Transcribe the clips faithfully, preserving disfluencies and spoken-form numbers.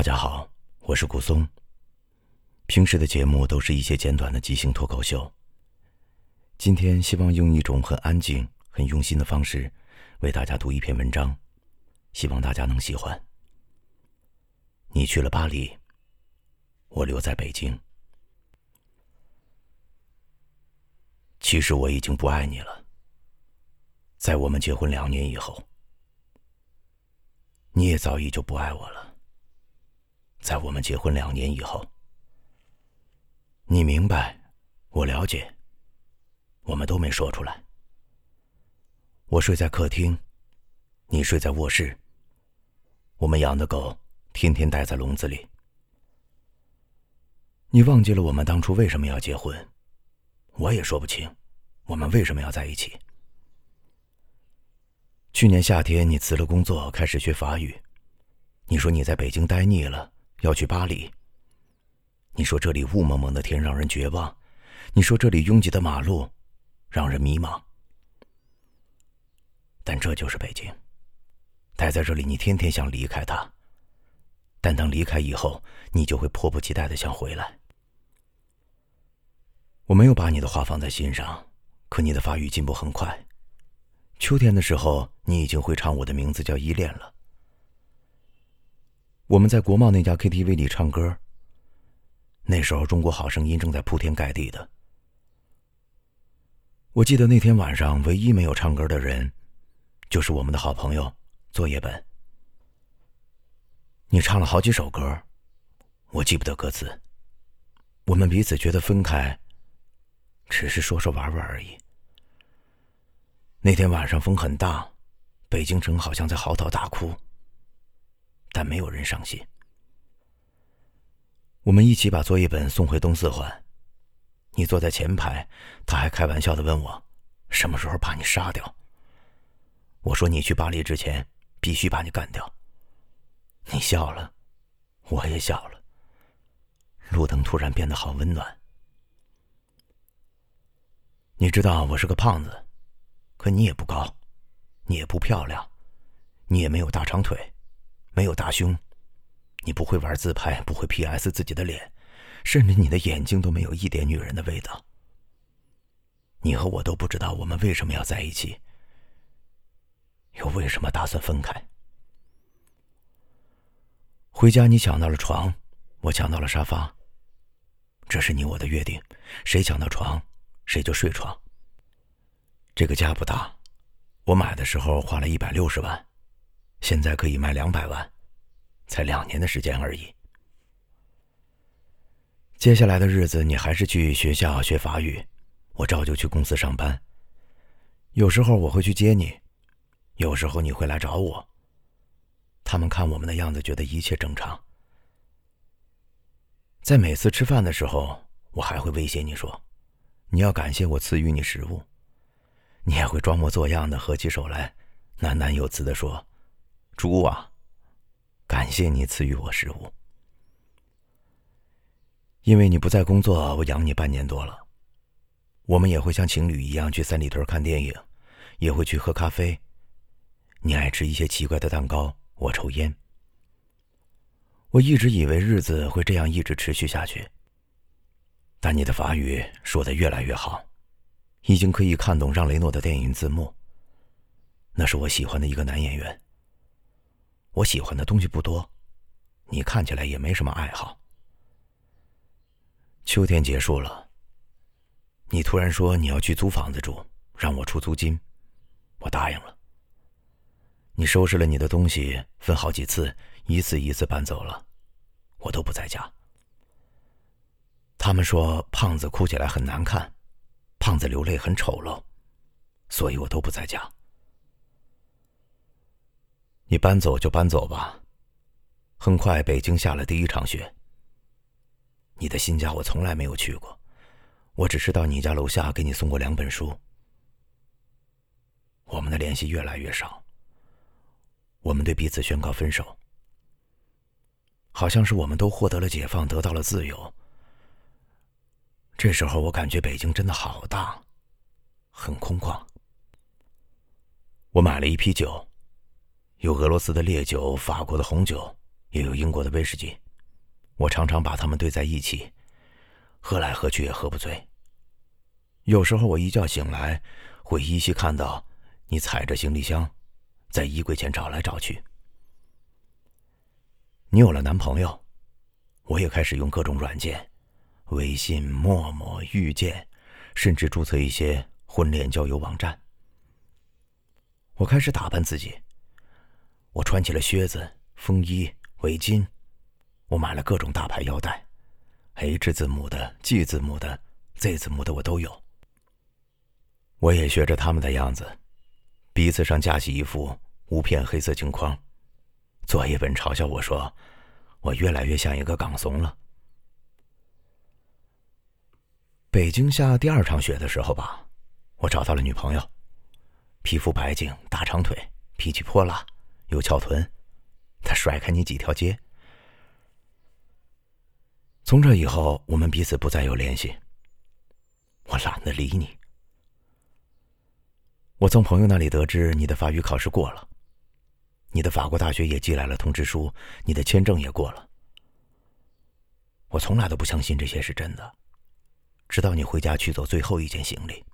大家好，我是古松。平时的节目都是一些简短的即兴脱口秀。今天希望用一种很安静、很用心的方式，为大家读一篇文章，希望大家能喜欢。你去了巴黎，我留在北京。其实我已经不爱你了，在我们结婚两年以后。你也早已就不爱我了，在我们结婚两年以后。你明白，我了解，我们都没说出来。我睡在客厅，你睡在卧室，我们养的狗天天待在笼子里。你忘记了我们当初为什么要结婚，我也说不清我们为什么要在一起。去年夏天你辞了工作，开始学法语。你说你在北京待腻了，要去巴黎。你说这里雾蒙蒙的天让人绝望，你说这里拥挤的马路让人迷茫。但这就是北京，待在这里你天天想离开它，但当离开以后，你就会迫不及待地想回来。我没有把你的话放在心上，可你的法语进步很快。秋天的时候，你已经会唱我的名字叫依恋了。我们在国贸那家 K T V 里唱歌，那时候中国好声音正在铺天盖地的。我记得那天晚上唯一没有唱歌的人，就是我们的好朋友作业本。你唱了好几首歌，我记不得歌词。我们彼此觉得分开只是说说玩玩而已。那天晚上风很大，北京城好像在嚎啕大哭，但没有人伤心。我们一起把作业本送回东四环，你坐在前排，他还开玩笑地问我什么时候把你杀掉。我说你去巴黎之前必须把你干掉。你笑了，我也笑了。路灯突然变得好温暖。你知道我是个胖子，可你也不高，你也不漂亮，你也没有大长腿，没有大胸，你不会玩自拍，不会 P S 自己的脸，甚至你的眼睛都没有一点女人的味道。你和我都不知道我们为什么要在一起，又为什么打算分开。回家你抢到了床，我抢到了沙发，这是你我的约定，谁抢到床谁就睡床。这个家不大，我买的时候花了一百六十万，现在可以卖两百万，才两年的时间而已。接下来的日子你还是去学校学法语，我照旧去公司上班。有时候我会去接你，有时候你会来找我。他们看我们的样子觉得一切正常。在每次吃饭的时候，我还会威胁你说，你要感谢我赐予你食物。你也会装模作样的合起手来，喃喃有词地说，猪啊，感谢你赐予我食物。因为你不在工作，我养你半年多了。我们也会像情侣一样去三里屯看电影，也会去喝咖啡。你爱吃一些奇怪的蛋糕，我抽烟。我一直以为日子会这样一直持续下去，但你的法语说得越来越好，已经可以看懂让雷诺的电影字幕。那是我喜欢的一个男演员。我喜欢的东西不多，你看起来也没什么爱好。秋天结束了，你突然说你要去租房子住，让我出租金，我答应了。你收拾了你的东西，分好几次，一次一次搬走了，我都不在家。他们说胖子哭起来很难看，胖子流泪很丑陋，所以我都不在家。你搬走就搬走吧。很快北京下了第一场雪。你的新家我从来没有去过，我只是到你家楼下给你送过两本书。我们的联系越来越少，我们对彼此宣告分手。好像是我们都获得了解放，得到了自由。这时候我感觉北京真的好大，很空旷。我买了一批酒，有俄罗斯的烈酒、法国的红酒、 也有英国的威士忌，我常常把它们兑在一起，喝来喝去也喝不醉。有时候我一觉醒来，会依稀看到你踩着行李箱在衣柜前找来找去。你有了男朋友，我也开始用各种软件，微信、陌陌、遇见，甚至注册一些婚恋交友网站。我开始打扮自己，我穿起了靴子、风衣、围巾，我买了各种大牌腰带， H 字母的、G 字母的、Z 字母的我都有。我也学着他们的样子，鼻子上架起一副无片黑色镜框。作业本嘲笑我说，我越来越像一个港怂了。北京下第二场雪的时候吧，我找到了女朋友，皮肤白净，大长腿，脾气泼辣，有翘臀，她甩开你几条街。从这以后，我们彼此不再有联系，我懒得理你。我从朋友那里得知你的法语考试过了，你的法国大学也寄来了通知书，你的签证也过了。我从来都不相信这些是真的，直到你回家取走最后一件行李。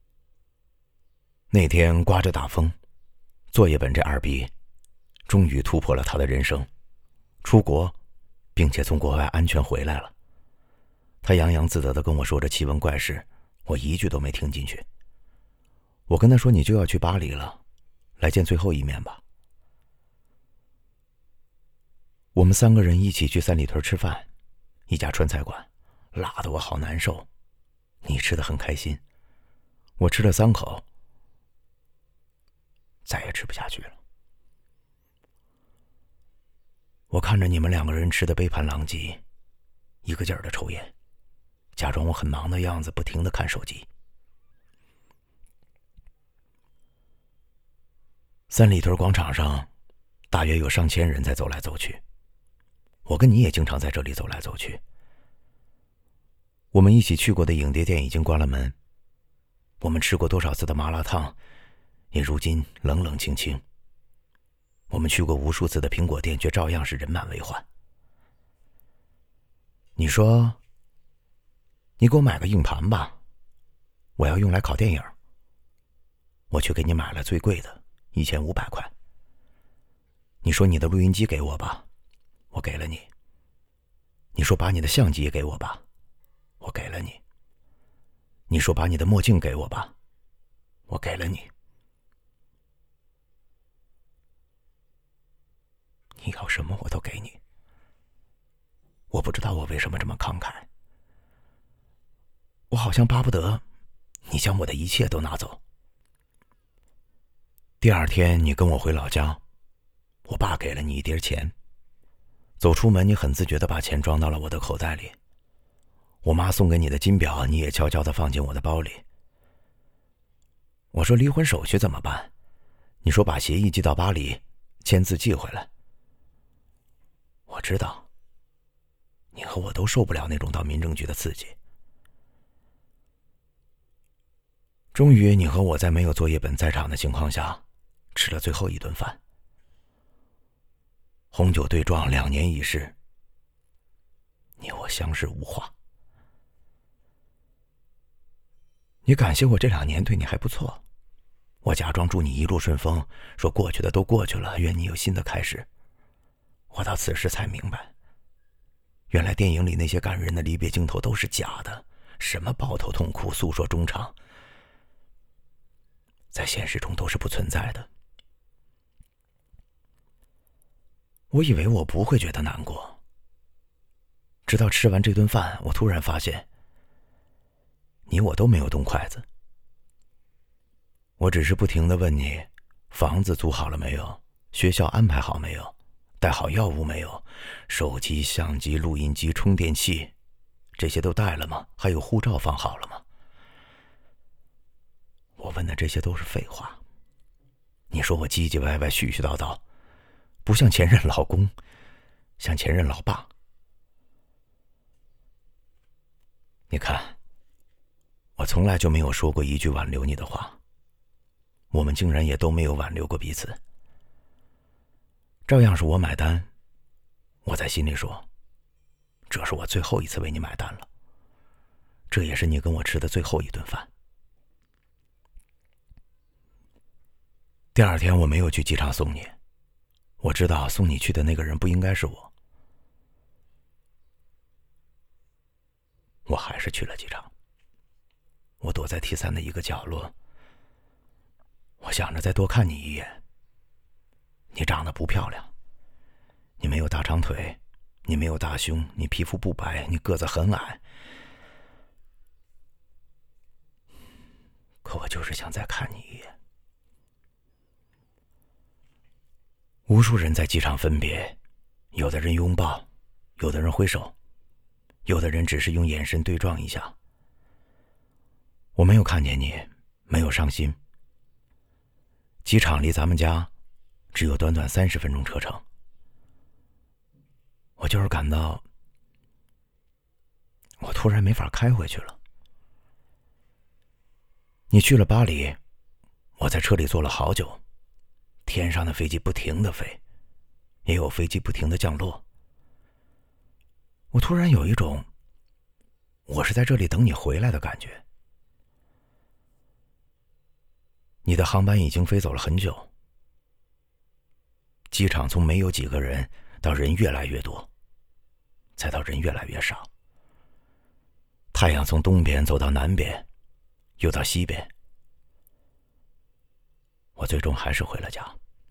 那天刮着大风，作业本这二逼终于突破了他的人生，出国，并且从国外安全回来了。他洋洋自得地跟我说着奇闻怪事，我一句都没听进去。我跟他说，你就要去巴黎了，来见最后一面吧。我们三个人一起去三里屯吃饭，一家川菜馆，辣得我好难受。你吃得很开心，我吃了三口，再也吃不下去了。我看着你们两个人吃得杯盘狼藉，一个劲儿的抽烟，假装我很忙的样子，不停地看手机。三里屯广场上，大约有上千人在走来走去。我跟你也经常在这里走来走去。我们一起去过的影碟店已经关了门，我们吃过多少次的麻辣烫，也如今冷冷清清。我们去过无数次的苹果店，却照样是人满为患。你说，你给我买个硬盘吧，我要用来拷电影。我却给你买了最贵的，一千五百块。你说你的录音机给我吧，我给了你。你说把你的相机也给我吧，我给了你。你说把你的墨镜给我吧，我给了你。你要什么我都给你。我不知道我为什么这么慷慨，我好像巴不得你将我的一切都拿走。第二天你跟我回老家，我爸给了你一叠钱。走出门，你很自觉地把钱装到了我的口袋里。我妈送给你的金表，你也悄悄地放进我的包里。我说离婚手续怎么办？你说把协议寄到巴黎，签字寄回来。我知道，你和我都受不了那种到民政局的刺激。终于，你和我在没有作业本在场的情况下，吃了最后一顿饭。红酒对撞，两年已逝，你我相视无话。你感谢我这两年对你还不错，我假装祝你一路顺风，说过去的都过去了，愿你有新的开始。我到此时才明白，原来电影里那些感人的离别镜头都是假的，什么抱头痛哭、诉说衷肠，在现实中都是不存在的。我以为我不会觉得难过，直到吃完这顿饭，我突然发现，你我都没有动筷子。我只是不停地问你，房子租好了没有？学校安排好没有？带好药物没有？手机、相机、录音机、充电器，这些都带了吗？还有护照放好了吗？我问的这些都是废话。你说我唧唧歪歪、絮絮叨叨，不像前任老公，像前任老爸。你看，我从来就没有说过一句挽留你的话，我们竟然也都没有挽留过彼此。照样是我买单， 我在心里说，这是我最后一次为你买单了，这也是你跟我吃的最后一顿饭。第二天我没有去机场送你，我知道送你去的那个人不应该是我，我还是去了机场。我躲在 T 三 的一个角落，我想着再多看你一眼。你长得不漂亮，你没有大长腿，你没有大胸，你皮肤不白，你个子很矮，可我就是想再看你一眼。无数人在机场分别，有的人拥抱，有的人挥手，有的人只是用眼神对撞一下。我没有看见你，没有伤心。机场离咱们家只有短短三十分钟车程，我就是感到我突然没法开回去了。你去了巴黎，我在车里坐了好久，天上的飞机不停地飞，也有飞机不停地降落。我突然有一种我是在这里等你回来的感觉。你的航班已经飞走了很久，机场从没有几个人到人越来越多，再到人越来越少。太阳从东边走到南边，又到西边。我最终还是回了家。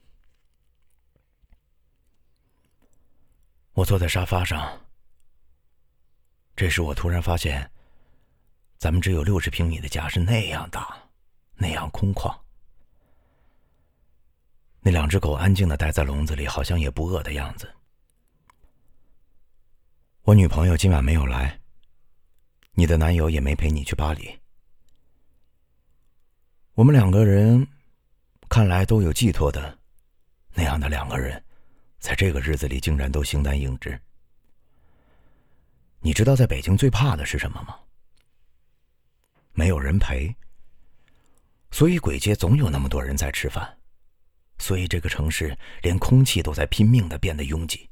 我坐在沙发上，这时我突然发现，咱们只有六十平米的家是那样大，那样空旷。那两只狗安静地待在笼子里，好像也不饿的样子。我女朋友今晚没有来，你的男友也没陪你去巴黎。我们两个人看来都有寄托的，那样的两个人，在这个日子里竟然都形单影只。你知道在北京最怕的是什么吗？没有人陪。所以簋街总有那么多人在吃饭，所以这个城市连空气都在拼命地变得拥挤。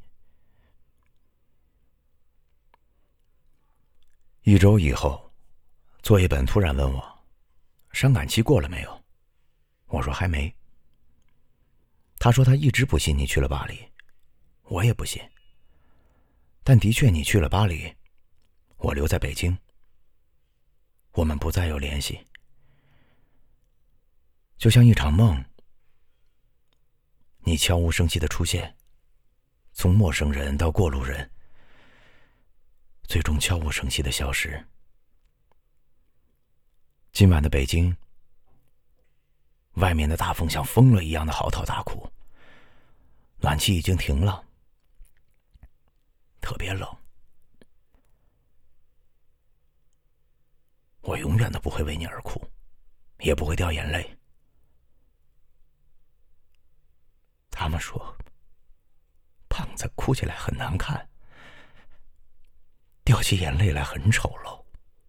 一周以后，作业本突然问我，伤感期过了没有？我说还没。他说他一直不信你去了巴黎，我也不信。但的确你去了巴黎，我留在北京，我们不再有联系，就像一场梦。你悄无声息的出现，从陌生人到过路人，最终悄无声息的消失。今晚的北京，外面的大风像疯了一样的嚎啕大哭，暖气已经停了，特别冷。我永远都不会为你而哭，也不会掉眼泪。他们说，胖子哭起来很难看，掉起眼泪来很丑陋。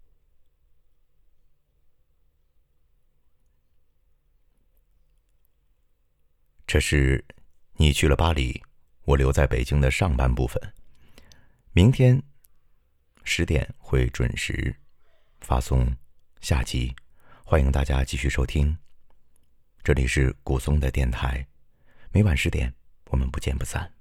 这是你去了巴黎，我留在北京的上半部分。明天十点会准时发送下集，欢迎大家继续收听。这里是古松的电台，每晚十点，我们不见不散。